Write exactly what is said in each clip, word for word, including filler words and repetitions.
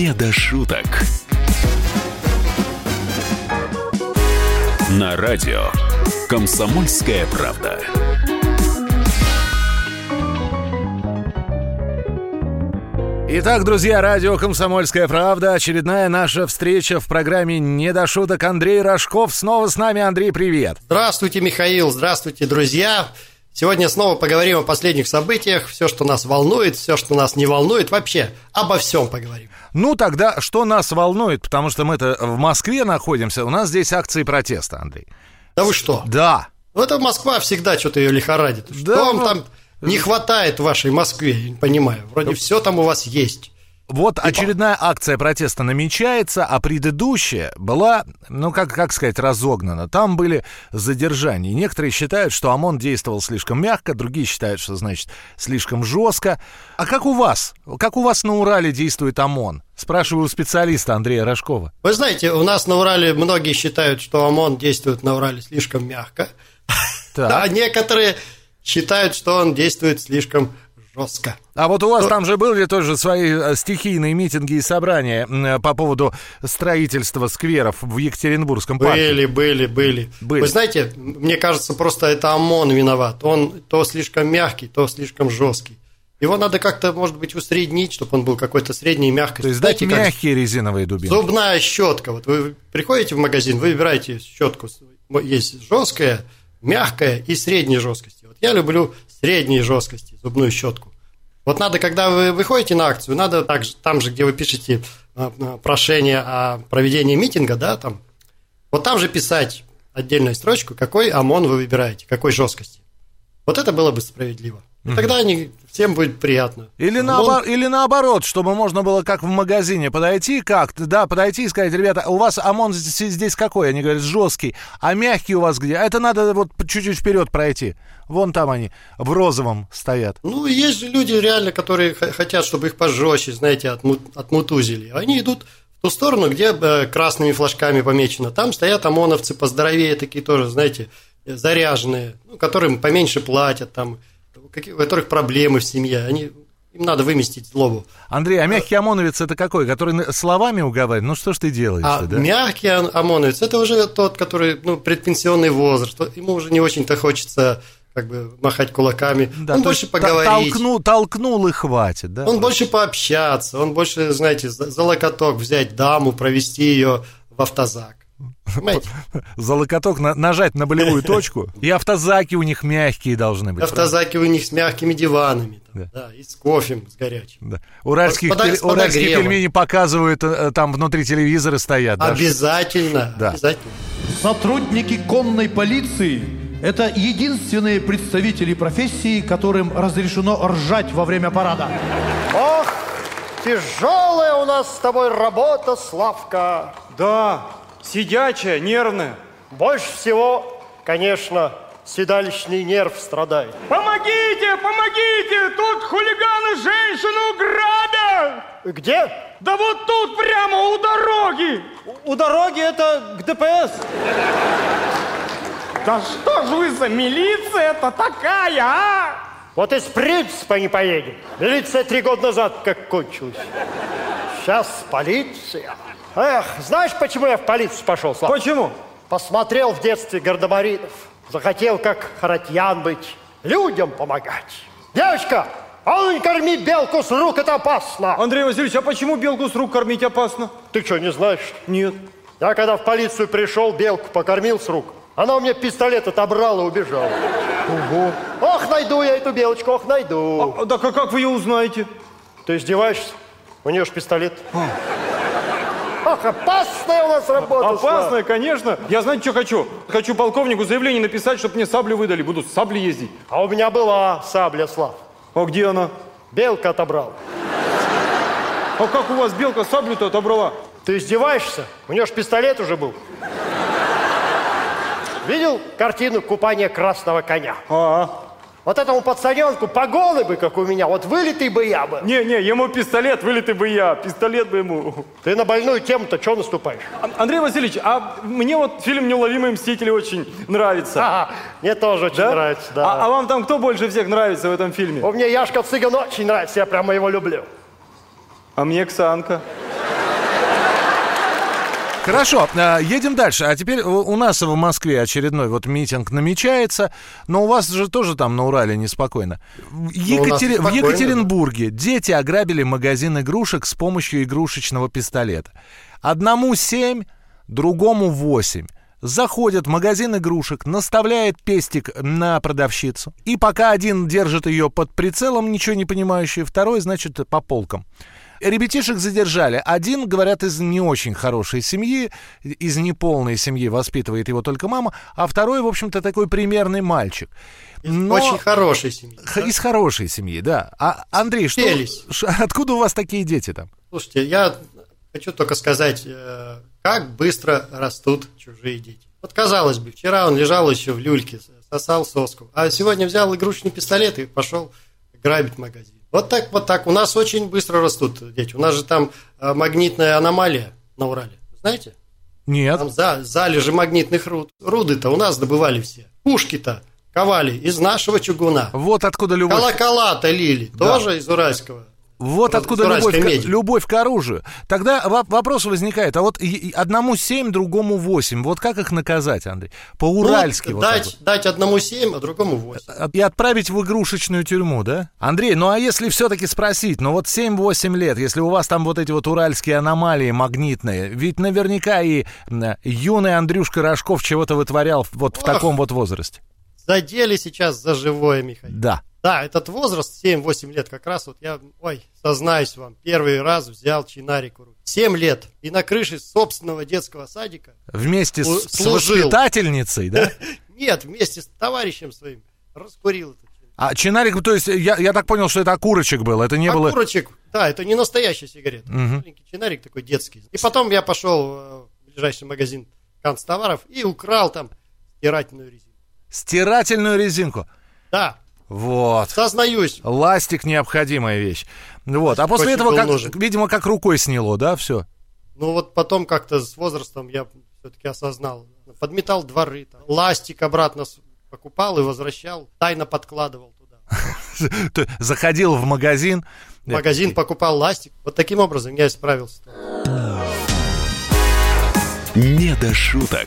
Не до шуток. На радио «Комсомольская правда». Итак, друзья, радио «Комсомольская правда». Очередная наша встреча в программе «Не до шуток». Андрей Рожков снова с нами. Андрей, привет. Здравствуйте, Михаил. Здравствуйте, друзья. Сегодня снова поговорим о последних событиях. Все, что нас волнует, все, что нас не волнует. Вообще, обо всем поговорим. Ну, тогда, что нас волнует? Потому что мы-то в Москве находимся. У нас здесь акции протеста, Андрей. Да вы что? Да. Ну, это Москва всегда что-то ее лихорадит. Что Да, вам ну... там... Не хватает в вашей Москве, я не понимаю. Вроде все там у вас есть. Вот очередная акция протеста намечается, а предыдущая была, ну, как, как сказать, разогнана. Там были задержания. Некоторые считают, что ОМОН действовал слишком мягко, другие считают, что, значит, слишком жестко. А как у вас? Как у вас на Урале действует ОМОН? Спрашиваю у специалиста Андрея Рожкова. Вы знаете, у нас на Урале многие считают, что ОМОН действует на Урале слишком мягко. А некоторые... считают, что он действует слишком жестко. А вот у вас там же были тоже свои стихийные митинги и собрания по поводу строительства скверов в Екатеринбургском парке. Были, были, были, были. Вы знаете, мне кажется, просто это ОМОН виноват. Он то слишком мягкий, то слишком жесткий. Его надо как-то, может быть, усреднить, чтобы он был какой-то средней мягкости. То есть дать мягкие резиновые дубинки. Зубная щетка. Вот вы приходите в магазин, вы выбираете щетку. Есть жесткая, мягкая и средней жесткости. Вот я люблю средней жесткости зубную щетку. Вот надо, когда вы выходите на акцию, надо также, там же, где вы пишете прошение о проведении митинга, да, там, вот там же писать отдельную строчку, какой ОМОН вы выбираете, какой жесткости. Вот это было бы справедливо. И тогда они, всем будет приятно. Или, наобор- или наоборот, чтобы можно было как в магазине подойти как-то, да, подойти и сказать: ребята, у вас ОМОН здесь, здесь какой? Они говорят: жесткий. А мягкий у вас где? А это надо вот чуть-чуть вперед пройти. Вон там они в розовом стоят. Ну, есть же люди реально, которые хотят, чтобы их пожестче, знаете, отму- отмутузили. Они идут в ту сторону, где красными флажками помечено. Там стоят ОМОНовцы поздоровее, такие тоже, знаете, заряженные, ну, которым поменьше платят, там, у которых проблемы в семье, они, им надо выместить злобу. Андрей, а мягкий ОМОНовец это какой? Который словами уговаривает? Ну что ж ты делаешь? А да? мягкий ОМОНовец это уже тот, который, ну, предпенсионный возраст, ему уже не очень-то хочется как бы махать кулаками, да, он больше поговорить. Толкнул, толкнул и хватит, да? Он больше пообщаться, он больше, знаете, за локоток взять даму, провести ее в автозак. За локоток на, нажать на болевую точку. И автозаки у них мягкие должны быть. Автозаки правда? У них с мягкими диванами, там, да. Да, и с кофем, с горячим. Да. Уральских, Под, пель, уральские пельмени показывают, там внутри телевизоры стоят. Обязательно, да? Обязательно. Сотрудники конной полиции – это единственные представители профессии, которым разрешено ржать во время парада. Ох, тяжелая у нас с тобой работа, Славка. Да. Сидячая, нервная. Больше всего, конечно, седалищный нерв страдает. Помогите, помогите! Тут хулиганы женщину грабят! Где? Да вот тут прямо у дороги! У, у дороги это к ДПС. Да что ж вы за милиция-то такая, а? Вот из принципа не поедем. Милиция три года назад как кончилась. Сейчас полиция. Эх, знаешь, почему я в полицию пошел, Слава? Почему? Посмотрел в детстве Гардемаринов. Захотел, как Харатьян быть, людям помогать. Девочка, а ну не корми белку с рук, это опасно. Андрей Васильевич, а почему белку с рук кормить опасно? Ты что, не знаешь? Нет. Я когда в полицию пришел, белку покормил с рук. Она у меня пистолет отобрала и убежала. Ого. Ох, найду я эту белочку, ох, найду. А, да как вы ее узнаете? Ты издеваешься? У нее же пистолет. А. Ах, опасная у нас работа. Опасная, конечно. Я, знаете, что хочу? Хочу полковнику заявление написать, чтобы мне саблю выдали. Буду с саблей ездить. А у меня была сабля, Слав. А где она? Белка отобрала. А как у вас белка саблю-то отобрала? Ты издеваешься? У нее же пистолет уже был. Видел картину «Купание красного коня»? А-а. Вот этому пацаненку погоны бы, как у меня, вот вылитый бы я бы. Не-не, ему пистолет, вылитый бы я, пистолет бы ему. Ты на больную тему-то что наступаешь? А, Андрей Васильевич, а мне вот фильм «Неуловимые мстители» очень нравится. Ага, мне тоже очень да? нравится, да. А, а вам там кто больше всех нравится в этом фильме? О, мне Яшка Цыган очень нравится, я прямо его люблю. А мне Ксанка. Хорошо, едем дальше. А теперь у нас в Москве очередной вот митинг намечается, но у вас же тоже там на Урале неспокойно. В, Екатери... спокойно, в Екатеринбурге да. дети ограбили магазин игрушек с помощью игрушечного пистолета. Одному семь, другому восемь. Заходит в магазин игрушек, наставляет пестик на продавщицу. И пока один держит ее под прицелом, ничего не понимающий, второй, значит, по полкам. Ребятишек задержали. Один, говорят, из не очень хорошей семьи, из неполной семьи, воспитывает его только мама, а второй, в общем-то, такой примерный мальчик. Из Но... очень хорошей семьи. Х- да? Из хорошей семьи, да. А, Андрей, что, ш- откуда у вас такие дети там? Слушайте, я хочу только сказать, как быстро растут чужие дети. Вот, казалось бы, вчера он лежал еще в люльке, сосал соску, а сегодня взял игрушечный пистолет и пошел грабить магазин. Вот так, вот так. У нас очень быстро растут дети. У нас же там э, магнитная аномалия на Урале. Знаете? Нет. Там за, залежи магнитных руд. Руды-то у нас добывали все. Пушки-то ковали из нашего чугуна. Вот откуда любовь. Колокола-то лили. Да. Тоже из уральского. Вот откуда любовь к, любовь к оружию. Тогда вопрос возникает, а вот одному семь, другому восемь. Вот как их наказать, Андрей? По-уральски. Ну, вот дать, вот. дать одному семь, а другому восемь. И отправить в игрушечную тюрьму, да? Андрей, ну а если все-таки спросить, ну вот семь-восемь лет, если у вас там вот эти вот уральские аномалии магнитные, ведь наверняка и юный Андрюшка Рожков чего-то вытворял вот в Ох, таком вот возрасте. Задели сейчас за живое, Михаил. Да. Да, этот возраст, семь-восемь лет, как раз вот я, ой, сознаюсь вам, первый раз взял чинарик в руки. семь лет. И на крыше собственного детского садика. Вместе с, с воспитательницей, да? Нет, вместе с товарищем своим раскурил этот чинарик. А чинарик, то есть, я, я так понял, что это окурочек был, это не было... Окурочек, да, это не настоящая сигарета. Угу. Маленький чинарик такой детский. И потом я пошел в ближайший магазин канцтоваров и украл там стирательную резинку. Стирательную резинку? Да. Вот. Сознаюсь. Ластик — необходимая вещь. Вот. А после этого, как, видимо, как рукой сняло, да, все? Ну вот потом как-то с возрастом я все-таки осознал. Подметал дворы, там, ластик обратно покупал и возвращал, тайно подкладывал туда. Заходил в магазин. В магазин покупал ластик. Вот таким образом я исправился. Не до шуток.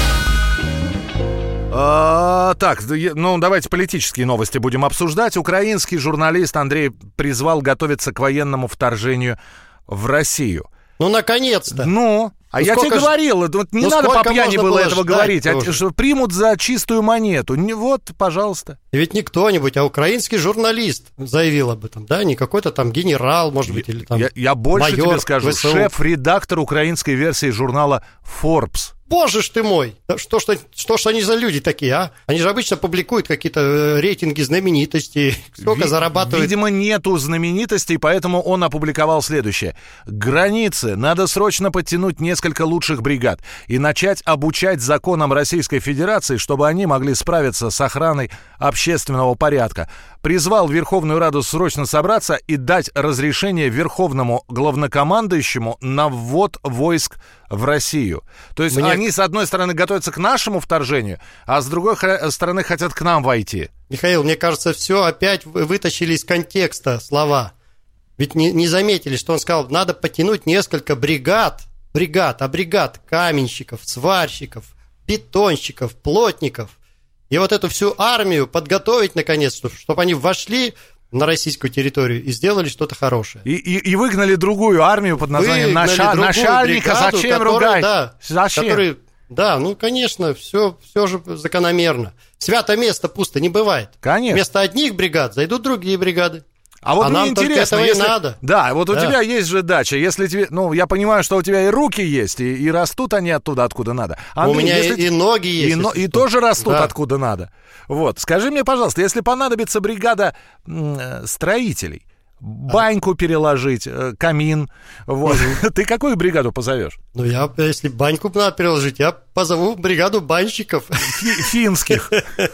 А, так, ну давайте политические новости будем обсуждать. Украинский журналист Андрей призвал готовиться к военному вторжению в Россию. Ну, наконец-то. Ну, а ну, я тебе ж... говорил, вот не ну, надо по пьяни было этого говорить, а что примут за чистую монету. Вот, пожалуйста. И ведь не кто-нибудь, а украинский журналист заявил об этом, да, не какой-то там генерал, может быть, или там Я, я больше майор тебе скажу, ВСУ. Шеф-редактор украинской версии журнала Forbes. Боже ж ты мой! Что ж, что ж они за люди такие, а? Они же обычно публикуют какие-то рейтинги знаменитостей, сколько Ви- зарабатывают. Видимо, нету знаменитостей, поэтому он опубликовал следующее. Границы надо срочно подтянуть несколько лучших бригад и начать обучать законам Российской Федерации, чтобы они могли справиться с охраной общественного порядка. Призвал Верховную Раду срочно собраться и дать разрешение Верховному главнокомандующему на ввод войск в Россию. То есть Мне... они, с одной стороны, готовятся к нашему вторжению, а с другой стороны хотят к нам войти. Михаил, мне кажется, все опять вытащили из контекста слова. Ведь не, не заметили, что он сказал, надо потянуть несколько бригад, бригад, а бригад каменщиков, сварщиков, бетонщиков, плотников. И вот эту всю армию подготовить, наконец, чтобы они вошли на российскую территорию и сделали что-то хорошее. И, и, и выгнали другую армию под названием наша, начальника. Бригаду, зачем который, ругать? Да, зачем? Который, да, ну, конечно, все, все же закономерно. Свято место пусто не бывает. Конечно. Вместо одних бригад зайдут другие бригады. А вот а мне нам интересно, этого если... и надо. Да, вот у да. тебя есть же дача, если тебе, ну, я понимаю, что у тебя и руки есть, и, и растут они оттуда, откуда надо. Андрей, у меня если... и, и ноги есть. И, но... и тоже растут, да. откуда надо. Вот, скажи мне, пожалуйста, если понадобится бригада м- строителей, баньку переложить, камин, вот, ты какую бригаду позовешь? Ну, я, если баньку надо переложить, я позову бригаду банщиков. Финских.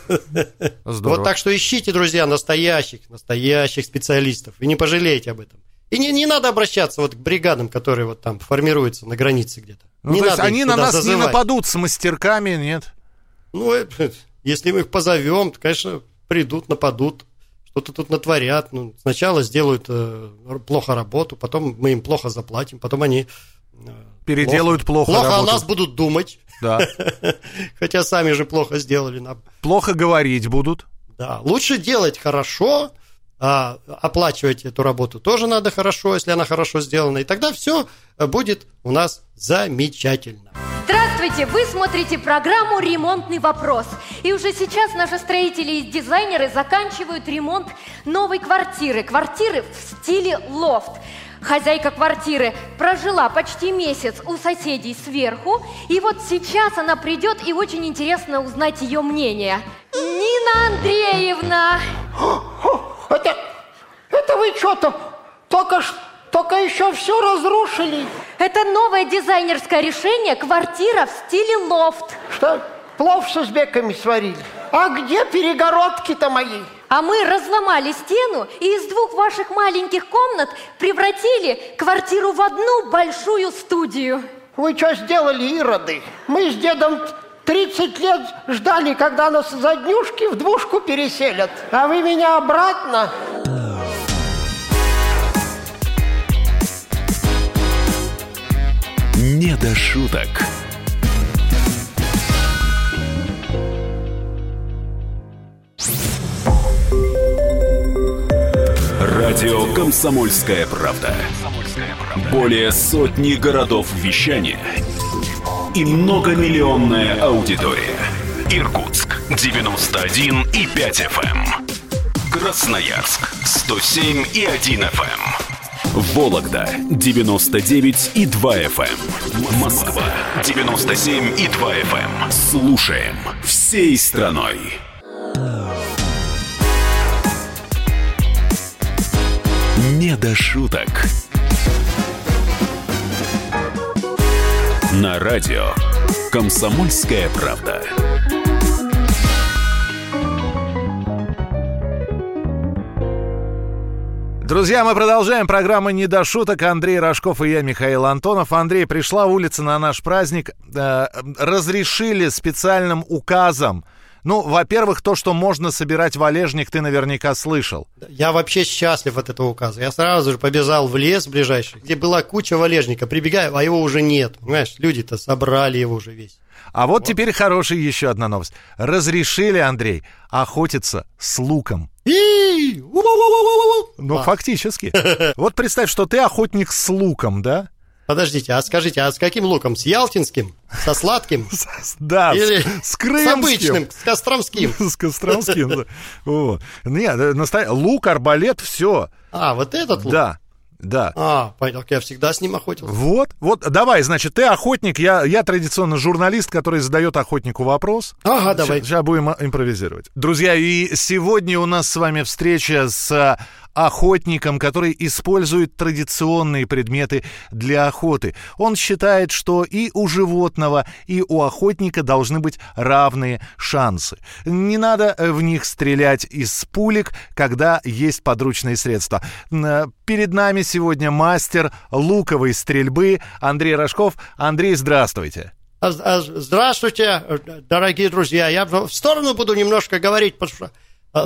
Вот так что ищите, друзья, настоящих, настоящих специалистов, и не пожалеете об этом. И не, не надо обращаться вот к бригадам, которые вот там формируются на границе где-то. Ну, не то надо есть они на нас зазывать. Не нападут с мастерками, нет? Ну, если мы их позовем, то, конечно, придут, нападут. Что-то тут натворят. Ну, сначала сделают э, плохо работу, потом мы им плохо заплатим, потом они Переделают плохо, плохо, плохо работу. о нас будут думать. Да. Хотя сами же плохо сделали нам. Плохо говорить будут. Да. Лучше делать хорошо, а оплачивать эту работу тоже надо хорошо, если она хорошо сделана. И тогда все будет у нас замечательно. Здравствуйте! Вы смотрите программу «Ремонтный вопрос». И уже сейчас наши строители и дизайнеры заканчивают ремонт новой квартиры. Квартиры в стиле лофт. Хозяйка квартиры прожила почти месяц у соседей сверху, и вот сейчас она придет, и очень интересно узнать ее мнение. Нина Андреевна! Это, это вы что-то только, только еще все разрушили. Это новое дизайнерское решение, квартира в стиле лофт. Что, плов с узбеками сварили? А где перегородки-то мои? А мы разломали стену и из двух ваших маленьких комнат превратили квартиру в одну большую студию. Вы что сделали, ироды? Мы с дедом тридцать лет ждали, когда нас из однушки в двушку переселят. А вы меня обратно... Не до шуток. Радио «Комсомольская правда». Более сотни городов вещания и многомиллионная аудитория. Иркутск девяносто один и пять эф эм. Красноярск сто семь и один эф эм. Вологда девяносто девять и два эф эм. Москва девяносто семь и два эф эм. Слушаем всей страной. Не до шуток. На радио «Комсомольская правда». Друзья, мы продолжаем программу «Не до шуток». Андрей Рожков и я, Михаил Антонов. Андрей, пришла улица на наш праздник. Э, разрешили специальным указом. Ну, во-первых, то, что можно собирать валежник, ты наверняка слышал. Я вообще счастлив от этого указа. Я сразу же побежал в лес ближайший, где была куча валежника. Прибегаю, а его уже нет. Понимаешь, люди-то собрали его уже весь. А вот, вот. Теперь хорошая еще одна новость. Разрешили, Андрей, охотиться с луком. Ну, фактически. Вот представь, что ты охотник с луком, да? Подождите, а скажите, а с каким луком? С ялтинским? Со сладким? Да, или с крымским. С обычным, с костромским. С костромским, нет, лук, арбалет, все. А, вот этот лук? Да. Да. А, понял, я всегда с ним охотился. Вот, вот, давай, значит, ты охотник, я, я традиционно журналист, который задает охотнику вопрос. Ага, давай. Сейчас будем импровизировать. Друзья, и сегодня у нас с вами встреча с охотником, который использует традиционные предметы для охоты. Он считает, что и у животного, и у охотника должны быть равные шансы. Не надо в них стрелять из пулек, когда есть подручные средства. Перед нами сегодня мастер луковой стрельбы Андрей Рожков. Андрей, здравствуйте. Здравствуйте, дорогие друзья. Я в сторону буду немножко говорить, потому что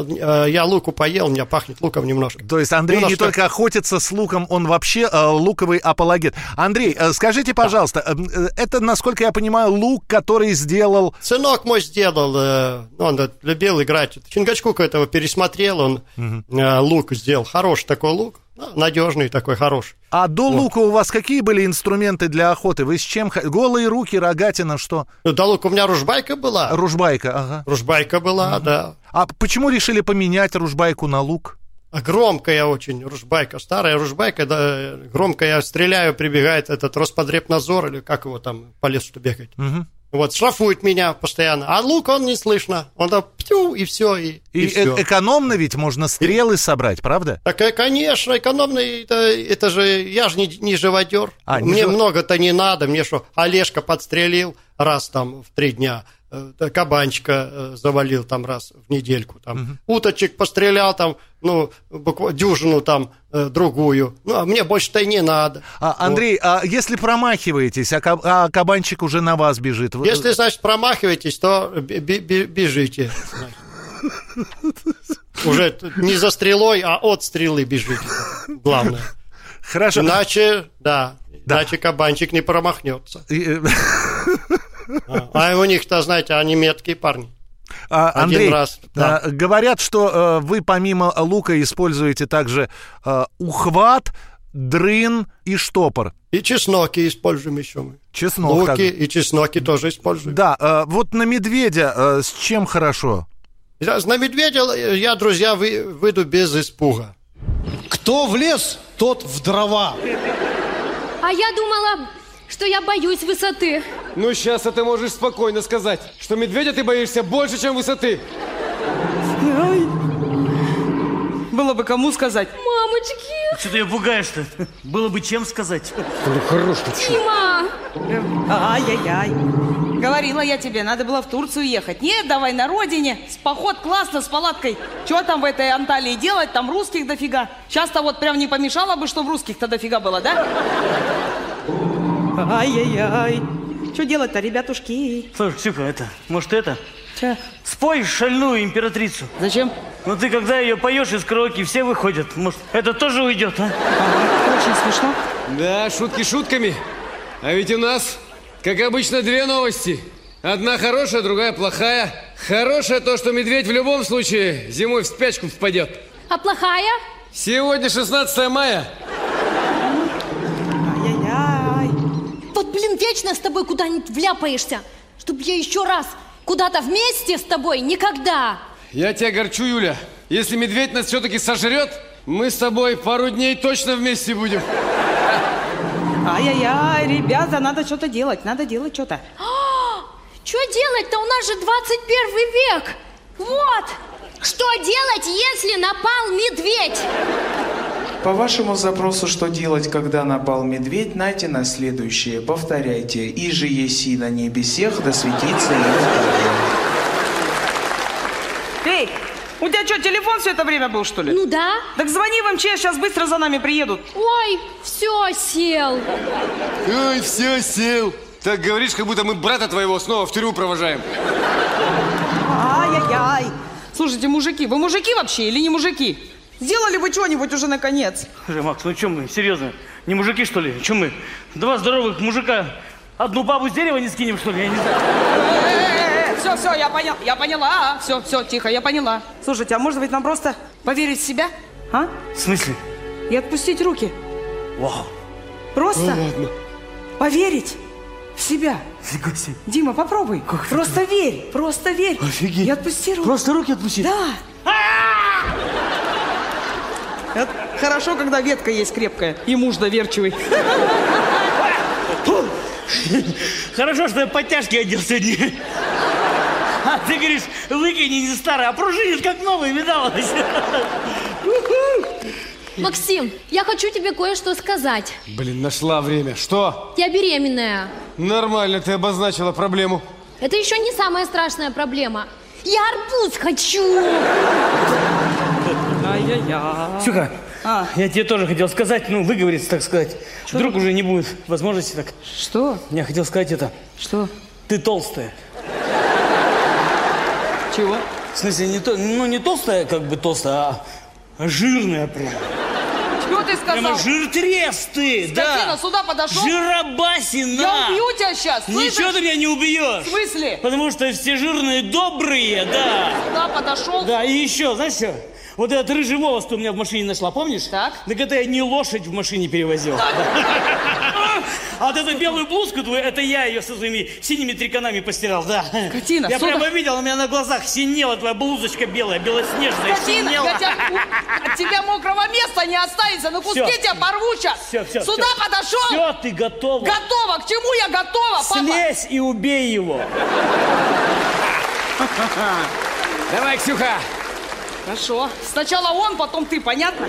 я луку поел, у меня пахнет луком немножко. То есть Андрей немножко... не только охотится с луком, он вообще э, луковый апологет. Андрей, э, скажите, пожалуйста, э, это, насколько я понимаю, лук, который сделал... Сынок мой сделал, э, он э, любил играть. Чингачгука этого пересмотрел, он угу. э, лук сделал. Хороший такой лук, надежный такой, хороший. А до вот. Лука у вас какие были инструменты для охоты? Вы с чем? Голые руки, рогатина, что? До лука у меня ружбайка была. Ружбайка, ага. Ружбайка была, угу. да. А почему решили поменять ружбайку на лук? Громкая очень ружбайка, старая ружбайка, да, громкая, я стреляю, прибегает этот Роспотребнадзор, или как его там по лесу бегать. Угу. Вот, штрафует меня постоянно. А лук он не слышно. Он там птю, и все, и, и, и все. Э- экономно ведь можно стрелы собрать, правда? Так, конечно, экономно. Это, это же, я же не, не живодер. А, мне жив... много-то не надо. Мне что, Олежка подстрелил раз там в три дня. Кабанчика завалил там раз в недельку, там, угу. уточек пострелял там, ну, буквально дюжину там, другую, ну, а мне больше-то и не надо. А, Андрей, вот. А если промахиваетесь, а, каб- а кабанчик уже на вас бежит? Если, значит, промахиваетесь, то бежите. Уже не за стрелой, а от стрелы бежите, главное. Хорошо. Иначе, да, Да. иначе кабанчик не промахнется. И, э, А, а у них-то, знаете, они меткие парни. а, Один Андрей, раз, да. а, говорят, что э, вы помимо лука используете также э, ухват, дрын и штопор. И чесноки используем еще мы. Чеснок. Луки так. и чесноки тоже используем. Да, э, вот на медведя э, с чем хорошо? На медведя я, друзья, вы, выйду без испуга. Кто в лес, тот в дрова. А я думала, что я боюсь высоты. Ну, сейчас ты можешь спокойно сказать, что медведя ты боишься больше, чем высоты. Было бы кому сказать. Мамочки! Что ты ее пугаешь-то? Было бы чем сказать. Ну, хорош ты. Дима! Ай-яй-яй. Говорила я тебе, надо было в Турцию ехать. Нет, давай на родине. С поход классно, с палаткой. Чего там в этой Анталии делать? Там русских дофига. Сейчас-то вот прям не помешало бы, что в русских-то дофига было, да? Ай-яй-яй. Что делать-то, ребятушки? Слушай, Ксюха, это, может это? Че? Спой шальную императрицу. Зачем? Ну ты когда ее поешь из караоке, все выходят. Может, это тоже уйдет, а? Очень смешно. Да, шутки шутками. А ведь у нас, как обычно, две новости. Одна хорошая, другая плохая. Хорошая то, что медведь в любом случае зимой в спячку впадет. А плохая? Сегодня шестнадцатое мая. Ай-яй-яй. Вот, блин, вечно с тобой куда-нибудь вляпаешься. Чтоб я еще раз куда-то вместе с тобой никогда. Я тебя горчу, Юля. Если медведь нас все-таки сожрет, мы с тобой пару дней точно вместе будем. Ай-яй-яй, ребята, надо что-то делать, надо делать что-то. Что делать-то? У нас же двадцать первый век. Вот. Что делать, если напал медведь? По вашему запросу, что делать, когда напал медведь, найте на следующее. Повторяйте. «Иже еси на небесех, да светится имя Эй, у тебя что, телефон все это время был, что ли? Ну да. Так звони в МЧС, сейчас быстро за нами приедут. Ой, все, сел. Ой, все, сел. Так говоришь, как будто мы брата твоего снова в тюрьму провожаем. Ай-яй-яй. Слушайте, мужики, вы мужики вообще или не мужики? Сделали бы что-нибудь уже наконец. Слушай, Макс, ну что мы, серьезно? Не мужики, что ли? Че мы? Два здоровых мужика одну бабу с дерева не скинем, что ли? Я не знаю. Все, все, я поняла, я поняла. Все, все, тихо, я поняла. Слушайте, а может быть нам просто поверить в себя? А? В смысле? И отпустить руки. Вау. Просто Ну ладно. поверить в себя. Фига себе. Дима, попробуй. Как просто это? верь, просто верь. Офигеть. И отпусти руки. Просто руки отпустить? Да. Это хорошо, когда ветка есть крепкая и муж доверчивый. Хорошо, что я подтяжки одел сегодня. А ты говоришь, выкини не старый, а пружинит как новый, видала? Максим, я хочу тебе кое-что сказать. Блин, нашла время. Что? Я беременная. Нормально, ты обозначила проблему. Это еще не самая страшная проблема. Я арбуз хочу. Ай-яй-яй. Ксюха, А. я тебе тоже хотел сказать, ну, выговориться, так сказать. Что? Вдруг уже не будет возможности так. Что? Я хотел сказать это. Что? Ты толстая. Чего? В смысле, не то, ну, не толстая, как бы толстая, а жирная прям. Что ты сказал? Прямо жиртрес ты, Скотина, да. сюда подошел? Жиробасина. Я убью тебя сейчас, Ничего слышишь? ты меня не убьешь. В смысле? Потому что все жирные добрые, да. Сюда подошел? Да, и еще, знаешь что? Вот этот рыжий волос ты у меня в машине нашла, помнишь? Так. Так это я не лошадь в машине перевозил. А вот эту белую блузку твою, это я ее со своими синими триконами постирал, да. Скотина, Я сюда. прямо видел, у меня на глазах синела твоя блузочка белая, белоснежная, Скотина, синела. я тебя, от тебя мокрого места не останется, на куски Всё. тебя порву сейчас. Все, все, Сюда все. подошел? Все, ты готова. Готова, к чему я готова, папа? Слезь и убей его. Давай, Ксюха. Хорошо. Сначала он, потом ты, понятно?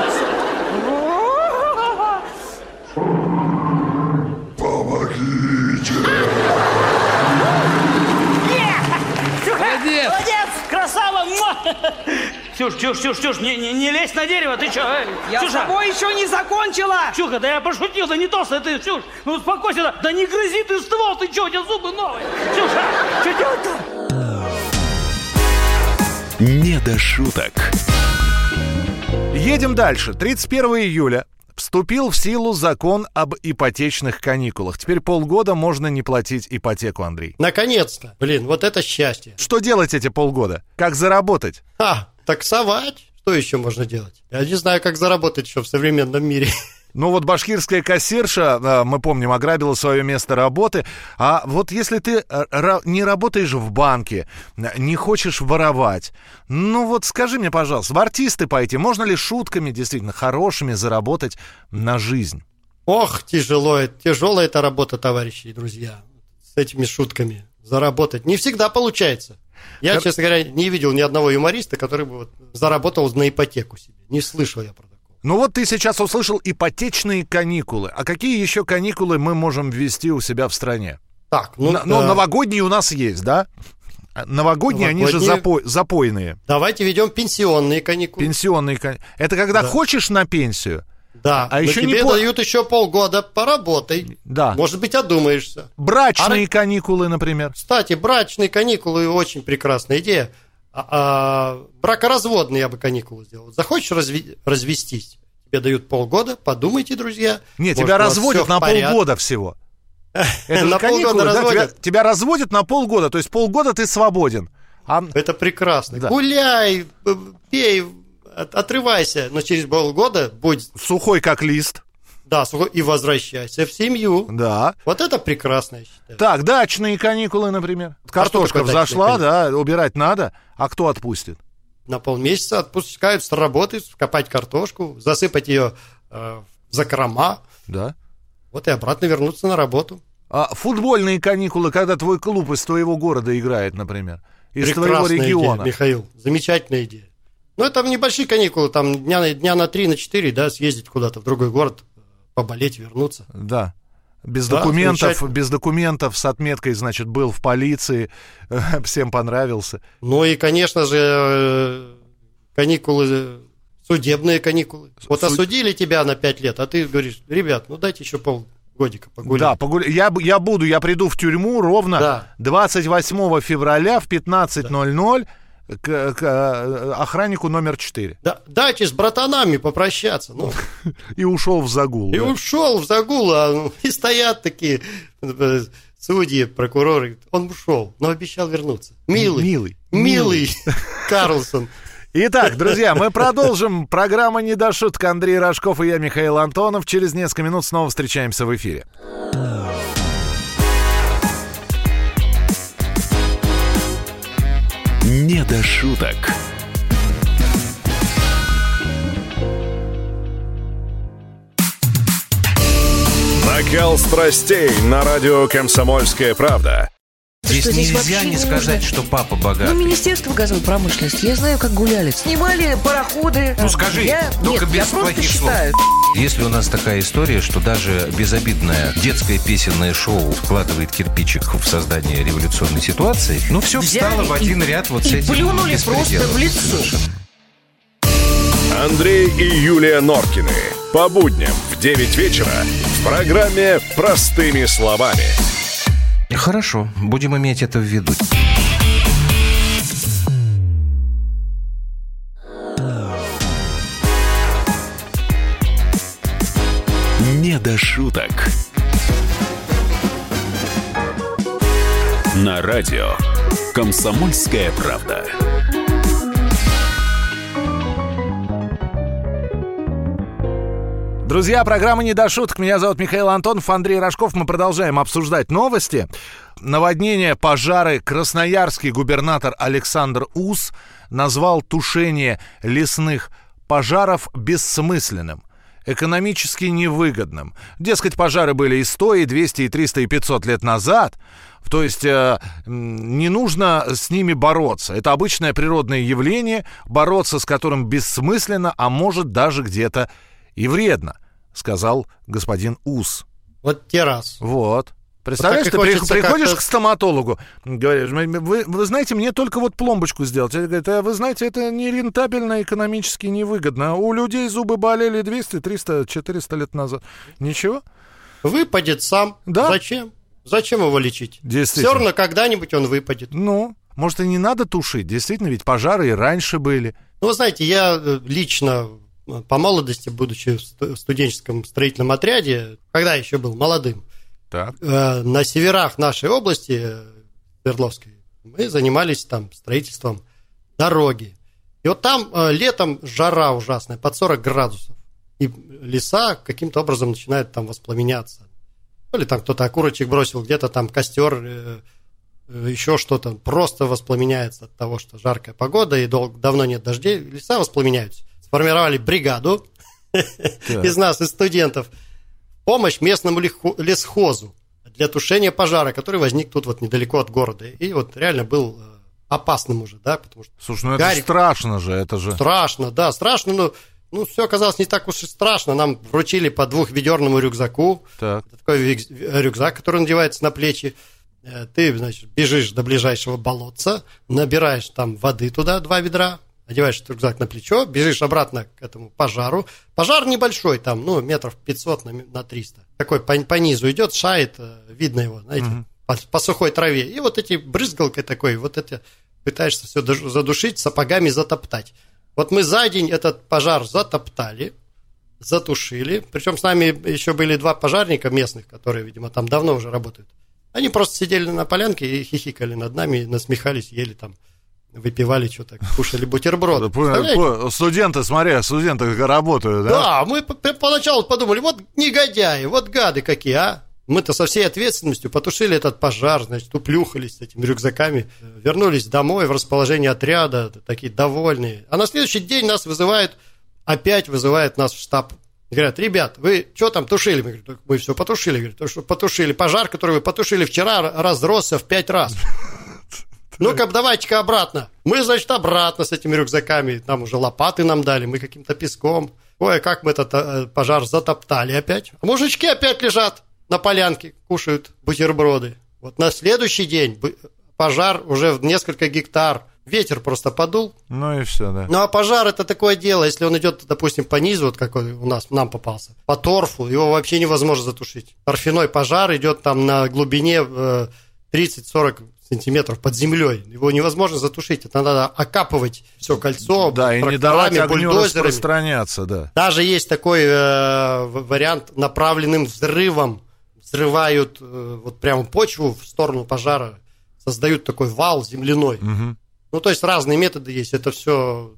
Молодец. Молодец, красава. Ксюш, Ксюш, Ксюш, Ксюш, не, не, не лезь на дерево, ты что? Я с тобой еще не закончила. Ксюха, да я пошутил, да не толстая ты, Ксюш. Ну успокойся, да, да не грызи ты ствол, ты что, у тебя зубы новые. Ксюша, что делать-то? Не до шуток. Едем дальше. тридцать первого июля Вступил в силу закон об ипотечных каникулах. Теперь полгода можно не платить ипотеку, Андрей. Наконец-то. Блин, вот это счастье. Что делать эти полгода? Как заработать? А, таксовать. Что еще можно делать? Я не знаю, как заработать еще в современном мире. Ну вот башкирская кассирша, мы помним, ограбила свое место работы. А вот если ты не работаешь в банке, не хочешь воровать, ну вот скажи мне, пожалуйста, в артисты пойти, можно ли шутками, действительно, хорошими заработать на жизнь? Ох, тяжело, тяжелая эта работа, товарищи и друзья, с этими шутками заработать. Не всегда получается. Я, Хор... честно говоря, не видел ни одного юмориста, который бы вот заработал на ипотеку себе. Не слышал я про такое. Ну вот ты сейчас услышал ипотечные каникулы. А какие еще каникулы мы можем ввести у себя в стране? Так, ну... Н- но да. Новогодние у нас есть, да? Новогодние, Новогодние, они же запо- запойные. Давайте ведем пенсионные каникулы. Пенсионные каникулы. Это когда да. хочешь на пенсию? Да, а но еще тебе не по... дают еще полгода, поработай. Да. Может быть, одумаешься. Брачные а... каникулы, например. Кстати, брачные каникулы очень прекрасная идея. А, а, бракоразводные я бы каникулы сделал. Захочешь разви... развестись? Тебе дают полгода, подумайте, друзья. Нет, тебя разводят на полгода всего. Это на полгода разводят. Тебя разводят на полгода, то есть полгода ты свободен. Это прекрасно. Гуляй, пей, отрывайся, но через полгода будь... Сухой как лист. Да, сухой, и возвращайся в семью. Да. Вот это прекрасно, я считаю. Так, дачные каникулы, например. Картошка а взошла, да, убирать надо, а кто отпустит? На полмесяца отпускают с работы, копать картошку, засыпать ее э, в закрома. Да. Вот и обратно вернуться на работу. А футбольные каникулы, когда твой клуб из твоего города играет, например, из прекрасная твоего региона. Идея, Михаил, замечательная идея. Ну, это небольшие каникулы, там дня, дня на три, на четыре, да, съездить куда-то в другой город, поболеть, вернуться. Да. Без да, документов, без документов, с отметкой, значит, был в полиции, всем понравился. Ну и, конечно же, каникулы, судебные каникулы. Вот Суд... осудили тебя на пять лет, а ты говоришь, ребят, ну дайте еще полгодика погулять. Да, погуля... я, я буду, я приду в тюрьму ровно да. двадцать восьмого февраля в пятнадцать ноль ноль. Да. К, к охраннику номер четыре. Да, дайте с братанами попрощаться. Ну. И ушел в загул. И да. ушел в загул, а, и стоят такие судьи, прокуроры. Он ушел, но обещал вернуться. Милый. Милый. Милый Карлсон. Итак, друзья, мы продолжим. Программа «Не до шуток». Андрей Рожков и я, Михаил Антонов. Через несколько минут снова встречаемся в эфире. Не до шуток. Накал страстей на радио «Комсомольская правда». Здесь что, нельзя здесь не сказать, нужно? Что папа богатый. Ну, Министерство газовой промышленности, я знаю, как гуляли. Снимали пароходы. Ну, скажи, я... только Нет, без я плохих слов. Считаю. Если у нас такая история, что даже безобидное детское песенное шоу вкладывает кирпичик в создание революционной ситуации, ну, все встало в один и, ряд вот и с этим плюнули просто в лицо. Андрей и Юлия Норкины. По будням в девять вечера в программе «Простыми словами». Хорошо, будем иметь это в виду. Не до шуток. На радио «Комсомольская правда». Друзья, программа «Не до шуток». Меня зовут Михаил Антонов, Андрей Рожков. Мы продолжаем обсуждать новости. Наводнения, пожары. Красноярский губернатор Александр Ус назвал тушение лесных пожаров бессмысленным, экономически невыгодным. Дескать, пожары были и сто, и двести, и триста, и пятьсот лет назад. То есть э, не нужно с ними бороться. Это обычное природное явление, бороться с которым бессмысленно, а может даже где-то и вредно, сказал господин Ус. Вот те раз. Вот. Представляешь, вот ты приходишь как-то к стоматологу, говоришь, вы, вы знаете, мне только вот пломбочку сделать. Он говорит, а вы знаете, это не рентабельно, экономически невыгодно. У людей зубы болели двести, триста, четыреста лет назад. Ничего? Выпадет сам. Да. Зачем? Зачем его лечить? Действительно. Все равно когда-нибудь он выпадет. Ну, может, и не надо тушить. Действительно, ведь пожары и раньше были. Ну, вы знаете, я лично по молодости, будучи в студенческом строительном отряде, когда еще был молодым, так. на северах нашей области, Свердловской, мы занимались там строительством дороги. И вот там летом жара ужасная, под сорок градусов. И леса каким-то образом начинают там воспламеняться. Или там кто-то окурочек бросил, где-то там костер, еще что-то. Просто воспламеняется от того, что жаркая погода и дол- давно нет дождей. Леса воспламеняются. Сформировали бригаду из нас, из студентов, в помощь местному лесхозу для тушения пожара, который возник тут вот недалеко от города. И вот реально был опасным уже, да, потому что... Слушай, ну гарь... это страшно же, это же... Страшно, да, страшно, но ну, все оказалось не так уж и страшно. Нам вручили по двухведерному рюкзаку. Так. Это такой рюкзак, который надевается на плечи. Ты, значит, бежишь до ближайшего болотца, набираешь там воды туда, два ведра, одеваешь этот рюкзак на плечо, бежишь обратно к этому пожару. Пожар небольшой, там, ну, метров пятьсот на триста. Такой по, по низу идет, шает, видно его, знаете, угу. по, по сухой траве. И вот эти брызгалкой такой, вот это пытаешься все задушить, сапогами затоптать. Вот мы за день этот пожар затоптали, затушили. Причем с нами еще были два пожарника местных, которые, видимо, там давно уже работают. Они просто сидели на полянке и хихикали над нами, насмехались, ели там, выпивали что-то, кушали бутерброды. Студенты, смотри, студенты работают, да? Да, мы поначалу подумали, вот негодяи, вот гады какие, а? Мы-то со всей ответственностью потушили этот пожар, значит, уплюхались с этими рюкзаками, вернулись домой в расположение отряда, такие довольные. А на следующий день нас вызывают, опять вызывают нас в штаб. Говорят, ребят, вы что там тушили? Мы говорим, мы все потушили. Говорят, то, что потушили. Пожар, который вы потушили вчера, разросся в пять раз. Ну-ка, давайте-ка обратно. Мы, значит, обратно с этими рюкзаками. Там уже лопаты нам дали, мы каким-то песком. Ой, как мы этот пожар затоптали опять. А мужички опять лежат на полянке, кушают бутерброды. Вот на следующий день пожар уже в несколько гектар. Ветер просто подул. Ну и все, да. Ну а пожар это такое дело, если он идет, допустим, по низу, вот какой у нас, нам попался, по торфу, его вообще невозможно затушить. Торфяной пожар идет там на глубине тридцать-сорок сантиметров под землей. Его невозможно затушить. Это надо окапывать все кольцо. Да, и не давать огню распространяться, да. Даже есть такой э, вариант направленным взрывом. Взрывают э, вот прямо почву в сторону пожара, создают такой вал земляной. Угу. Ну, то есть разные методы есть. Это все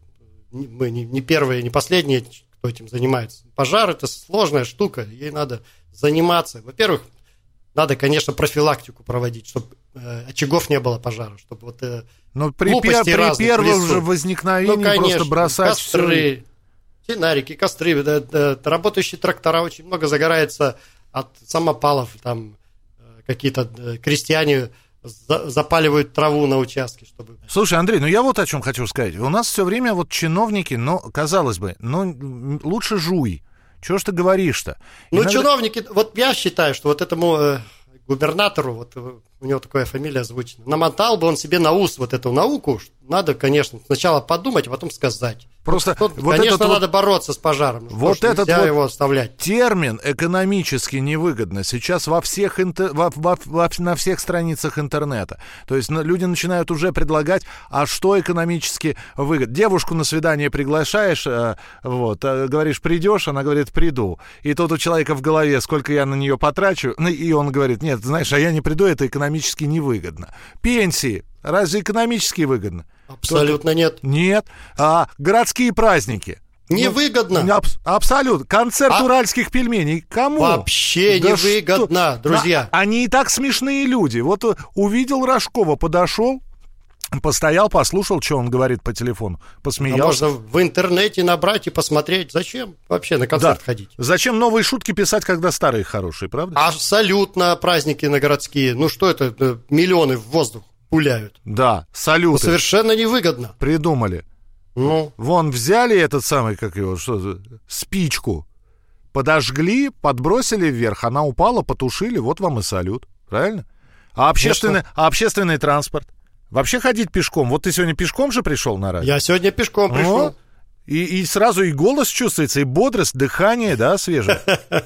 мы не, не первые, не последние, кто этим занимается. Пожар – это сложная штука, ей надо заниматься. Во-первых, надо, конечно, профилактику проводить, чтобы э, очагов не было пожара, чтобы вот э, Но при, пер, при первом же возникновении ну, конечно, просто бросать костры, все. Динарики, костры, да, да, работающие трактора, очень много загорается от самопалов, там э, какие-то э, крестьяне запаливают траву на участке, чтобы... Слушай, Андрей, ну я вот о чем хочу сказать. У нас все время вот чиновники, ну, казалось бы, ну, лучше жуй. Чего ж ты говоришь-то? Ну, Иногда... чиновники, вот я считаю, что вот этому э, губернатору, вот у него такая фамилия озвучена, намотал бы он себе на ус вот эту науку, надо, конечно, сначала подумать, а потом сказать. Просто, вот, вот конечно, этот надо вот, бороться с пожаром. Вот этот вот его оставлять. термин экономически невыгодно сейчас во всех интер... во, во, во, на всех страницах интернета. То есть люди начинают уже предлагать, а что экономически выгодно. Девушку на свидание приглашаешь, вот, говоришь, придешь, она говорит, приду. И тут у человека в голове, сколько я на нее потрачу, и он говорит, нет, знаешь, а я не приду, это экономически невыгодно. Пенсии. Разве экономически выгодно? Абсолютно Только... нет. Нет. А городские праздники? Невыгодно. Ну, аб- абсолютно. Концерт а? уральских пельменей. Кому? Вообще да невыгодно, что? Друзья. Да, они и так смешные люди. Вот увидел Рожкова, подошел, постоял, послушал, что он говорит по телефону, посмеялся. А можно в интернете набрать и посмотреть. Зачем вообще на концерт да. ходить? Зачем новые шутки писать, когда старые хорошие, правда? Абсолютно. Праздники на городские. Ну что это, миллионы в воздух пуляют. Да, салюты. Ну, совершенно невыгодно. Придумали. Ну. Вон взяли этот самый, как его, что, спичку, подожгли, подбросили вверх, она упала, потушили, вот вам и салют. Правильно? А общественный, а общественный транспорт? Вообще ходить пешком? Вот ты сегодня пешком же пришел на радио? Я сегодня пешком пришел. О, и, и сразу и голос чувствуется, и бодрость, дыхание, да, свежее.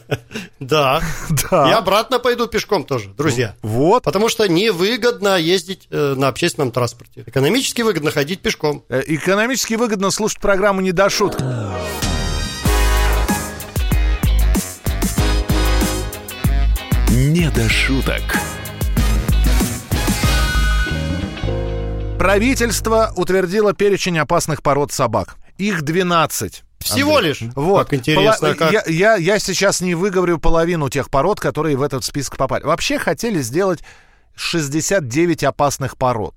Да. Я обратно пойду пешком тоже, друзья. Вот. Потому что невыгодно ездить на общественном транспорте. Экономически выгодно ходить пешком. Экономически выгодно слушать программу «Не до шуток». до шуток. Правительство утвердило перечень опасных пород собак. Их двенадцать. Всего Андрей. лишь? Вот. Как интересно. Пола- как... Я, я, я сейчас не выговорю половину тех пород, которые в этот список попали. Вообще хотели сделать шестьдесят девять опасных пород.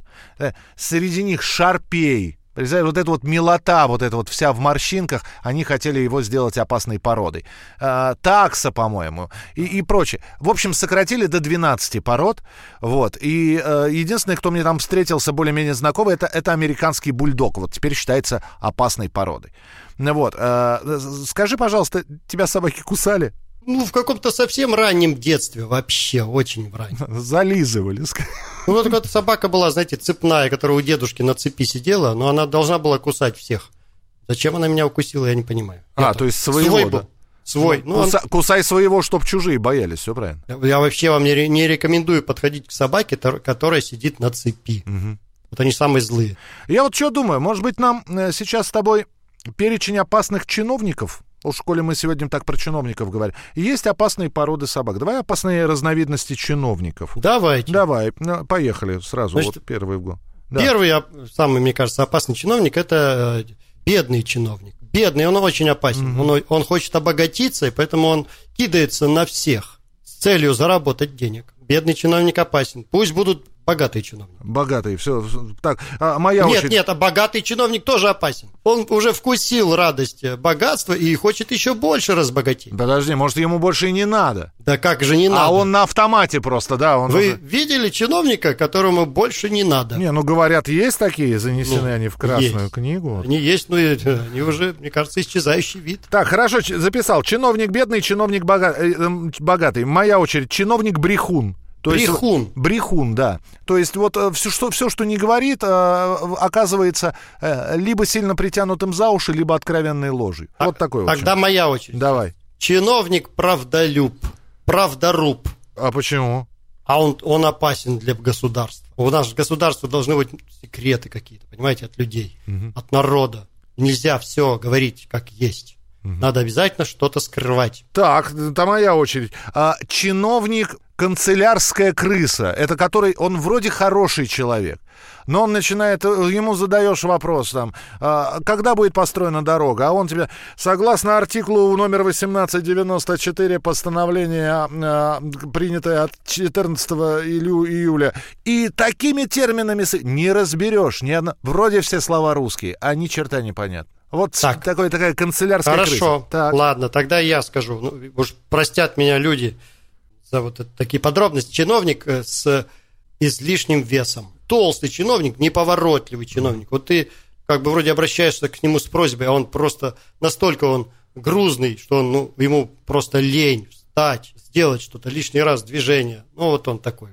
Среди них шарпей. Представляете, вот эта вот милота, вот эта вот вся в морщинках, они хотели его сделать опасной породой. А, такса, по-моему, и, и прочее. В общем, сократили до двенадцати пород. Вот. И а, единственный, кто мне там встретился более-менее знакомый, это, это американский бульдог. Вот теперь считается опасной породой. Вот. А, скажи, пожалуйста, тебя собаки кусали? Ну, в каком-то совсем раннем детстве, вообще, очень в раннем. Зализывали. Ну, вот эта собака была, знаете, цепная, которая у дедушки на цепи сидела, но она должна была кусать всех. Зачем она меня укусила, я не понимаю. А, Это, то есть своего, свой да? был. Свой. Ну, Куса, он... Кусай своего, чтоб чужие боялись, все правильно. Я вообще вам не, не рекомендую подходить к собаке, которая сидит на цепи. Угу. Вот они самые злые. Я вот что думаю, может быть, нам сейчас с тобой перечень опасных чиновников. Уж в школе мы сегодня так про чиновников говорим. Есть опасные породы собак. Давай опасные разновидности чиновников. Давайте. Давай, поехали сразу. Значит, вот первый в да. Первый, самый, мне кажется, опасный чиновник – это бедный чиновник. Бедный, он очень опасен. Mm-hmm. Он, он хочет обогатиться, и поэтому он кидается на всех с целью заработать денег. Бедный чиновник опасен. Пусть будут богатые чиновники. Богатые, все. Так, а моя нет, очередь... нет, а богатый чиновник тоже опасен. Он уже вкусил радость богатства и хочет еще больше разбогатеть. Подожди, может, ему больше и не надо? Да как же не надо? А он на автомате просто, да. Он Вы уже... видели чиновника, которому больше не надо? Не, ну говорят, есть такие, занесены ну, они в Красную есть. книгу. Они есть, но они уже, мне кажется, исчезающий вид. Так, хорошо, записал. Чиновник бедный, чиновник бога... богатый. Моя очередь. Чиновник брехун. То брехун. Есть, брехун, да. То есть вот все, что, все, что не говорит, оказывается либо сильно притянутым за уши, либо откровенной ложью. А, вот такой вот. Тогда очень. Моя очередь. Давай. Чиновник правдолюб, правдоруб. А почему? А он, он опасен для государства. У нас в государстве должны быть секреты какие-то, понимаете, от людей, угу. от народа. Нельзя все говорить как есть. Угу. Надо обязательно что-то скрывать. Так, это моя очередь. А, чиновник... Канцелярская крыса, это который, он вроде хороший человек, но он начинает, ему задаешь вопрос там, а, когда будет построена дорога, а он тебе, согласно артиклу номер восемнадцать девяносто четыре постановления, а, принятое от четырнадцатого июля, и такими терминами не разберешь, ни одно, вроде все слова русские, а ни черта не понятно. Вот так. такой, такая канцелярская Хорошо. крыса. Хорошо, так. Ладно, тогда я скажу, ну, уж простят меня люди за вот такие подробности. Чиновник с излишним весом. Толстый чиновник, неповоротливый чиновник. Вот ты как бы вроде обращаешься к нему с просьбой, а он просто настолько он грузный, что он, ну, ему просто лень встать, сделать что-то лишний раз, движение. Ну, вот он такой.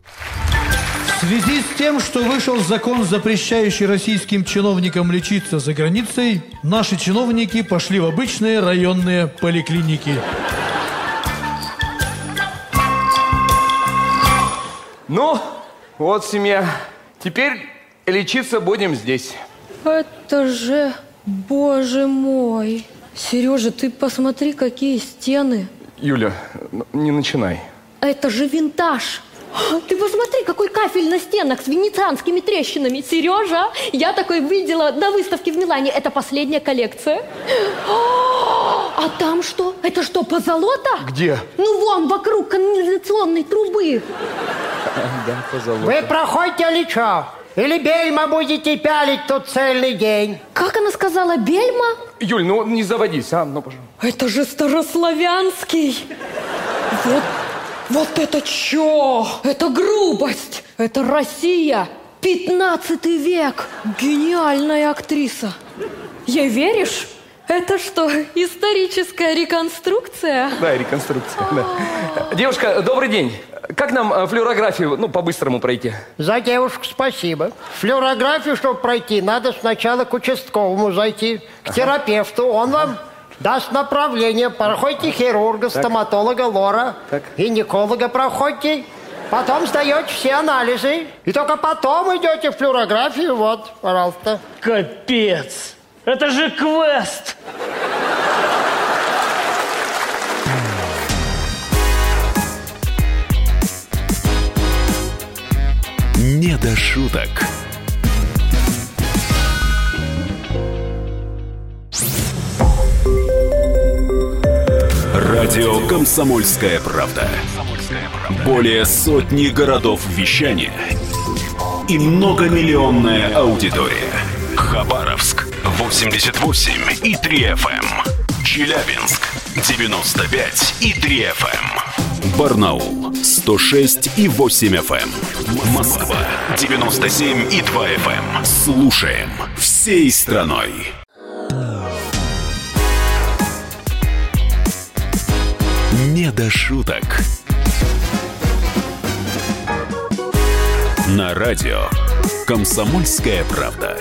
В связи с тем, что вышел закон, запрещающий российским чиновникам лечиться за границей, наши чиновники пошли в обычные районные поликлиники. Ну, вот семья. Теперь лечиться будем здесь. Это же, боже мой. Сережа, ты посмотри, какие стены. Юля, не начинай. Это же винтаж. Ты посмотри, какой кафель на стенах с венецианскими трещинами. Сережа, я такой видела на выставке в Милане. Это последняя коллекция. А там что? Это что, позолота? Где? Ну вон, вокруг канализационной трубы. Да, позолота. Вы проходите или что? Или бельма будете пялить тут целый день? Как она сказала, бельма? Юль, ну не заводись, а? Ну, пожалуйста. Это же старославянский. Вот, вот это чё? Это грубость. Это Россия. пятнадцатый век. Гениальная актриса. Ей веришь? Это что, историческая реконструкция? Да, реконструкция, да. Девушка, добрый день. Как нам флюорографию, ну, по-быстрому пройти? За девушку спасибо. Флюорографию, чтобы пройти, надо сначала к участковому зайти, к ага. терапевту. Он вам даст направление. Проходите хирурга, так. стоматолога, лора, так. гинеколога проходите. Потом сдаете все анализы. И только потом идете в флюорографию. Вот, пожалуйста. Капец. Это же квест! шуток. Радио «Комсомольская правда». Более сотни городов вещания и многомиллионная аудитория. Хабаровск восемьдесят восемь и три эф эм. Челябинск девяносто пять и три эф эм. Барнаул сто шесть и восемь эф эм. Москва девяносто семь и два эф эм. Слушаем всей страной. Не до шуток. На радио «Комсомольская правда».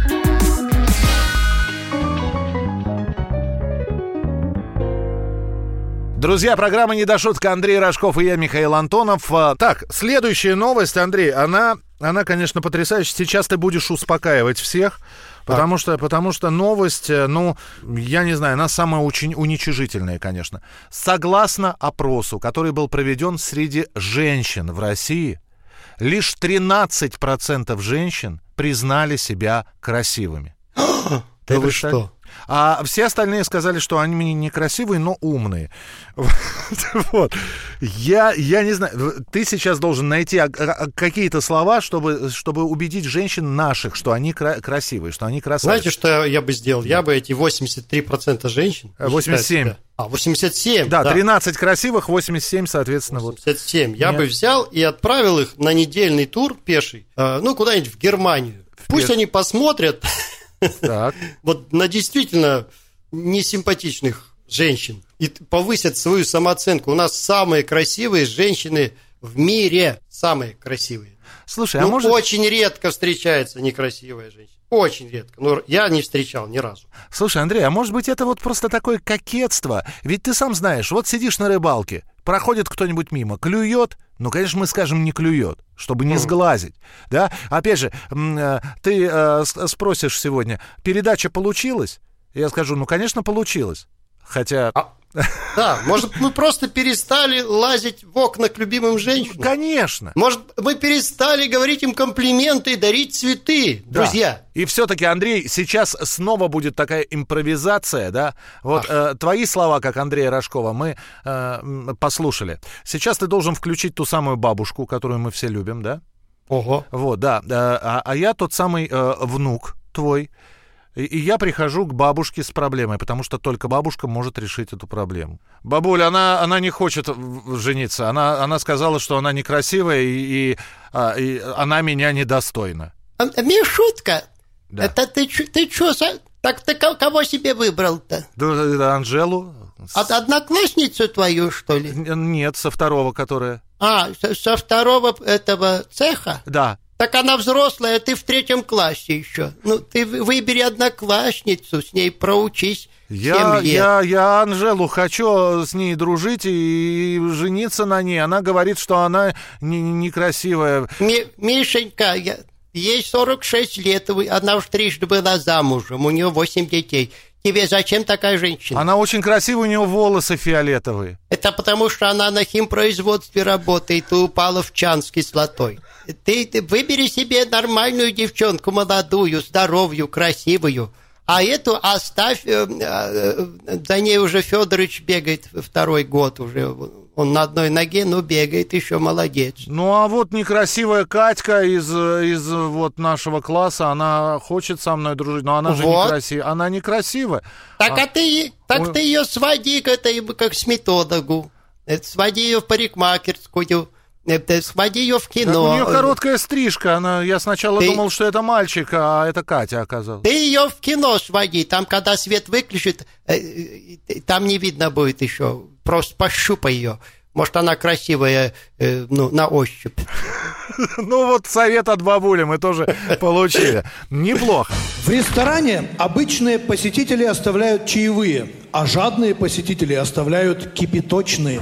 Друзья, программа «Не до шуток». Андрей Рожков и я, Михаил Антонов. Так, следующая новость, Андрей, она, она, конечно, потрясающая. Сейчас ты будешь успокаивать всех, потому что, потому что новость, ну, я не знаю, она самая очень уничижительная, конечно. Согласно опросу, который был проведен среди женщин в России, лишь тринадцать процентов женщин признали себя красивыми. Да вы что? А все остальные сказали, что они некрасивые, но умные. Вот. Я, я не знаю, ты сейчас должен найти какие-то слова, чтобы, чтобы убедить женщин наших, что они кра- красивые, что они красавицы. Знаете, что я бы сделал? Я бы эти восемьдесят три процента женщин... восемьдесят семь. А, восемьдесят семь. Да, да, тринадцать красивых, восемьдесят семь, соответственно. восемьдесят семь. Вот. Я Нет. бы взял и отправил их на недельный тур пеший, ну, куда-нибудь в Германию. В Пусть пеш... они посмотрят... Так. Вот на действительно несимпатичных женщин и повысят свою самооценку. У нас самые красивые женщины в мире, самые красивые. Слушай, ну, а может... очень редко встречается некрасивая женщина. Очень редко. Но я не встречал ни разу. Слушай, Андрей, а может быть это вот просто такое кокетство? Ведь ты сам знаешь, вот сидишь на рыбалке, проходит кто-нибудь мимо, клюет, ну, конечно, мы скажем, не клюет, чтобы не сглазить, да? Опять же, ты э, спросишь сегодня, передача получилась? Я скажу, ну, конечно, получилась. Хотя... А, да, может, мы просто перестали лазить в окна к любимым женщинам? Конечно. Может, мы перестали говорить им комплименты и дарить цветы, да. Друзья? И все-таки, Андрей, сейчас снова будет такая импровизация, да? Вот э, твои слова, как Андрея Рожкова, мы э, послушали. Сейчас ты должен включить ту самую бабушку, которую мы все любим, да? Ого. Вот, да. Э, а, а я тот самый э, внук твой. И я прихожу к бабушке с проблемой, потому что только бабушка может решить эту проблему. Бабуля, она, она не хочет жениться. Она, она сказала, что она некрасивая, и, и, и она меня недостойна. А, Мишутка, да. Это ты, ты что, так ты кого себе выбрал-то? Да, Анжелу. От одноклассницу твою, что ли? Нет, со второго, которая. А, со, со второго этого цеха? Да. Так она взрослая, ты в третьем классе еще. Ну, ты выбери одноклассницу, с ней проучись. Я, я, я Анжелу хочу с ней дружить и жениться на ней. Она говорит, что она не, некрасивая. Ми, Мишенька, я, ей сорок шесть лет, она уж трижды была замужем, у нее восемь детей. Тебе зачем такая женщина? Она очень красивая, у нее волосы фиолетовые. Это потому, что она на химпроизводстве работает и упала в чан с кислотой. Ты, ты выбери себе нормальную девчонку, молодую, здоровую, красивую. А эту оставь, э, э, за ней уже Федорович бегает второй год уже. Он на одной ноге, но бегает, еще молодец. Ну, а вот некрасивая Катька из, из вот нашего класса, она хочет со мной дружить, но она же вот. некрасивая. Она некрасивая. Так, а, а ты, так Ой. ты ее своди к этой, как с методогу. Своди ее в парикмахерскую. Своди ее в кино. Так у нее короткая стрижка. Она, я сначала ты... думал, что это мальчик, а это Катя оказалась. Ты ее в кино своди. Там, когда свет выключит, там не видно будет еще. Просто пощупай ее. Может, она красивая, ну, на ощупь. Ну, вот совет от бабули мы тоже получили. Неплохо. В ресторане обычные посетители оставляют чаевые, а жадные посетители оставляют кипяточные.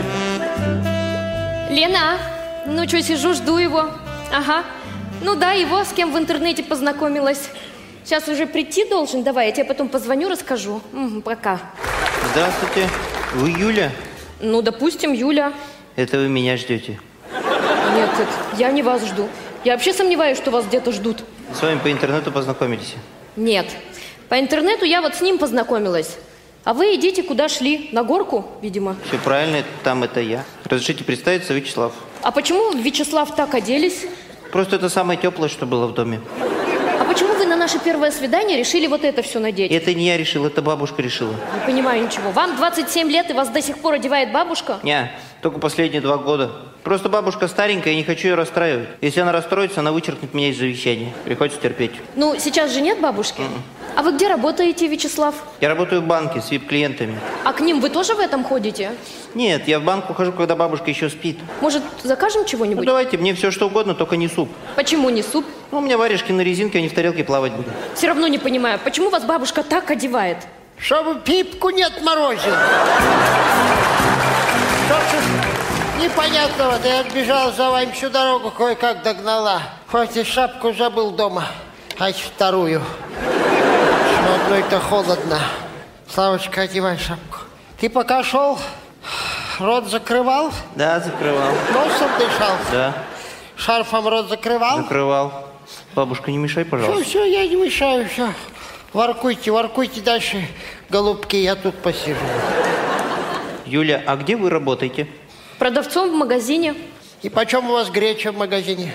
Лена, ну что, сижу, жду его. Ага. Ну да, его, с кем в интернете познакомилась. Сейчас уже прийти должен. Давай, я тебе потом позвоню, расскажу. Угу, пока. Здравствуйте. Вы Юля? Ну, допустим, Юля. Это вы меня ждете? Нет, это я не вас жду. Я вообще сомневаюсь, что вас где-то ждут. С вами по интернету познакомились? Нет. По интернету я вот с ним познакомилась. А вы идите, куда шли? На горку, видимо. Все правильно, там это я. Разрешите представиться, Вячеслав. А почему, Вячеслав, так оделись? Просто это самое теплое, что было в доме. А почему вы на наше первое свидание решили вот это все надеть? Это не я решил, это бабушка решила. Не понимаю ничего. Вам двадцать семь лет, и вас до сих пор одевает бабушка? Не, только последние два года. Просто бабушка старенькая, я не хочу ее расстраивать. Если она расстроится, она вычеркнет меня из завещания. Приходится терпеть. Ну, сейчас же нет бабушки. Mm-mm. А вы где работаете, Вячеслав? Я работаю в банке с вип-клиентами. А к ним вы тоже в этом ходите? Нет, я в банк ухожу, когда бабушка еще спит. Может, закажем чего-нибудь? Ну, давайте, мне все что угодно, только не суп. Почему не суп? Ну, у меня варежки на резинке, они в тарелке плавать будут. Все равно не понимаю, почему вас бабушка так одевает? Чтобы пипку не отморозил. Непонятного, да я отбежал за вами всю дорогу, кое-как догнала. Хоть и шапку забыл дома, а вторую. Но одной-то холодно. Славочка, одевай шапку. Ты пока шел, рот закрывал? Да, закрывал. Носом дышал? Да. Шарфом рот закрывал? Закрывал. Бабушка, не мешай, пожалуйста. Все, все, я не мешаю, все. Воркуйте, воркуйте дальше, голубки, я тут посижу. Юля, а где вы работаете? Продавцом в магазине. И почем у вас греча в магазине?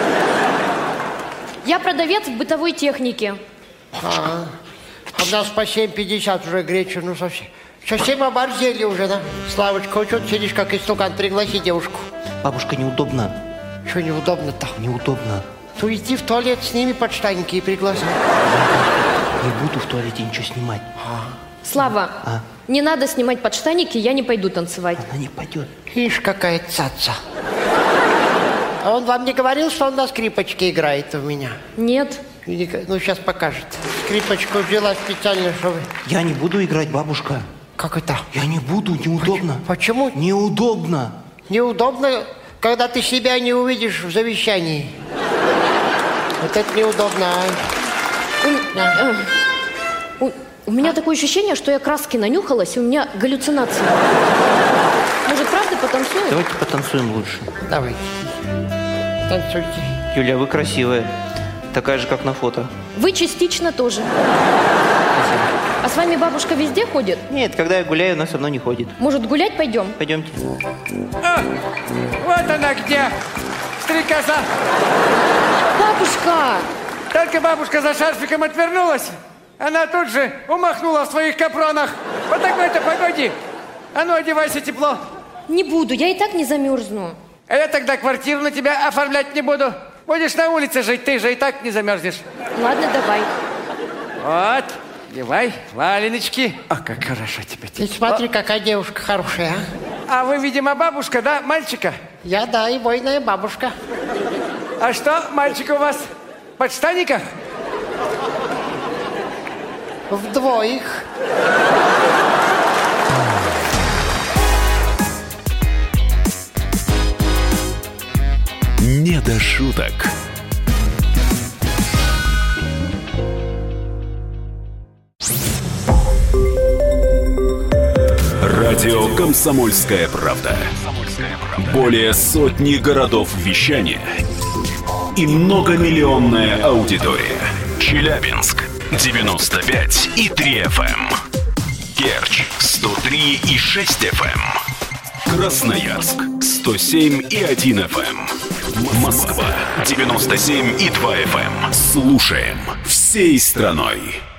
Я продавец в бытовой технике. А, а у нас по семь пятьдесят уже греча, ну совсем. Совсем оборзели уже, да? Славочка, вот что ты сидишь, как истукан, пригласи девушку. Бабушка, неудобно. Что неудобно-то? Неудобно. То иди в туалет, сними подштанники и пригласи. Не буду в туалете ничего снимать. А. Слава, а? не надо снимать подштанники, я не пойду танцевать. Она не пойдет. Ишь, какая цаца. А он вам не говорил, что он на скрипочке играет у меня? Нет. Ну, сейчас покажет. Скрипочку взяла специально, чтобы... Я не буду играть, бабушка. Как это? Я не буду, неудобно. Почему? Неудобно. Неудобно, когда ты себя не увидишь в завещании. Вот это неудобно. А? У, у меня такое ощущение, что я краски нанюхалась, и у меня галлюцинации. Может, правда потанцуем? Давайте потанцуем лучше. Давайте. Танцуйте. Юля, вы красивая. Такая же, как на фото. Вы частично тоже. А с вами бабушка везде ходит? Нет, когда я гуляю, она со мной не ходит. Может, гулять пойдем? Пойдемте. А, вот она где, стрекоза. Бабушка! Только бабушка за шарфиком отвернулась, она тут же умахнула в своих капронах. Вот такой-то погоди. А ну, одевайся тепло. Не буду, я и так не замерзну. А я тогда квартиру на тебя оформлять не буду. Будешь на улице жить, ты же и так не замерзнешь. Ладно, давай. Вот, одевай валеночки. А, как хорошо тебе. Ты смотри, какая девушка хорошая, а? А вы, видимо, бабушка, да, мальчика? Я, да, и бойная бабушка. А что, мальчик у вас в подштанниках? В двоих. Не до шуток. Радио «Комсомольская правда». Более сотни городов вещания и многомиллионная аудитория. Челябинск девяносто пять и три эф эм. Керчь сто три и шесть эф эм. Красноярск сто семь и один эф эм. Москва девяносто семь и два эф эм. Слушаем всей страной.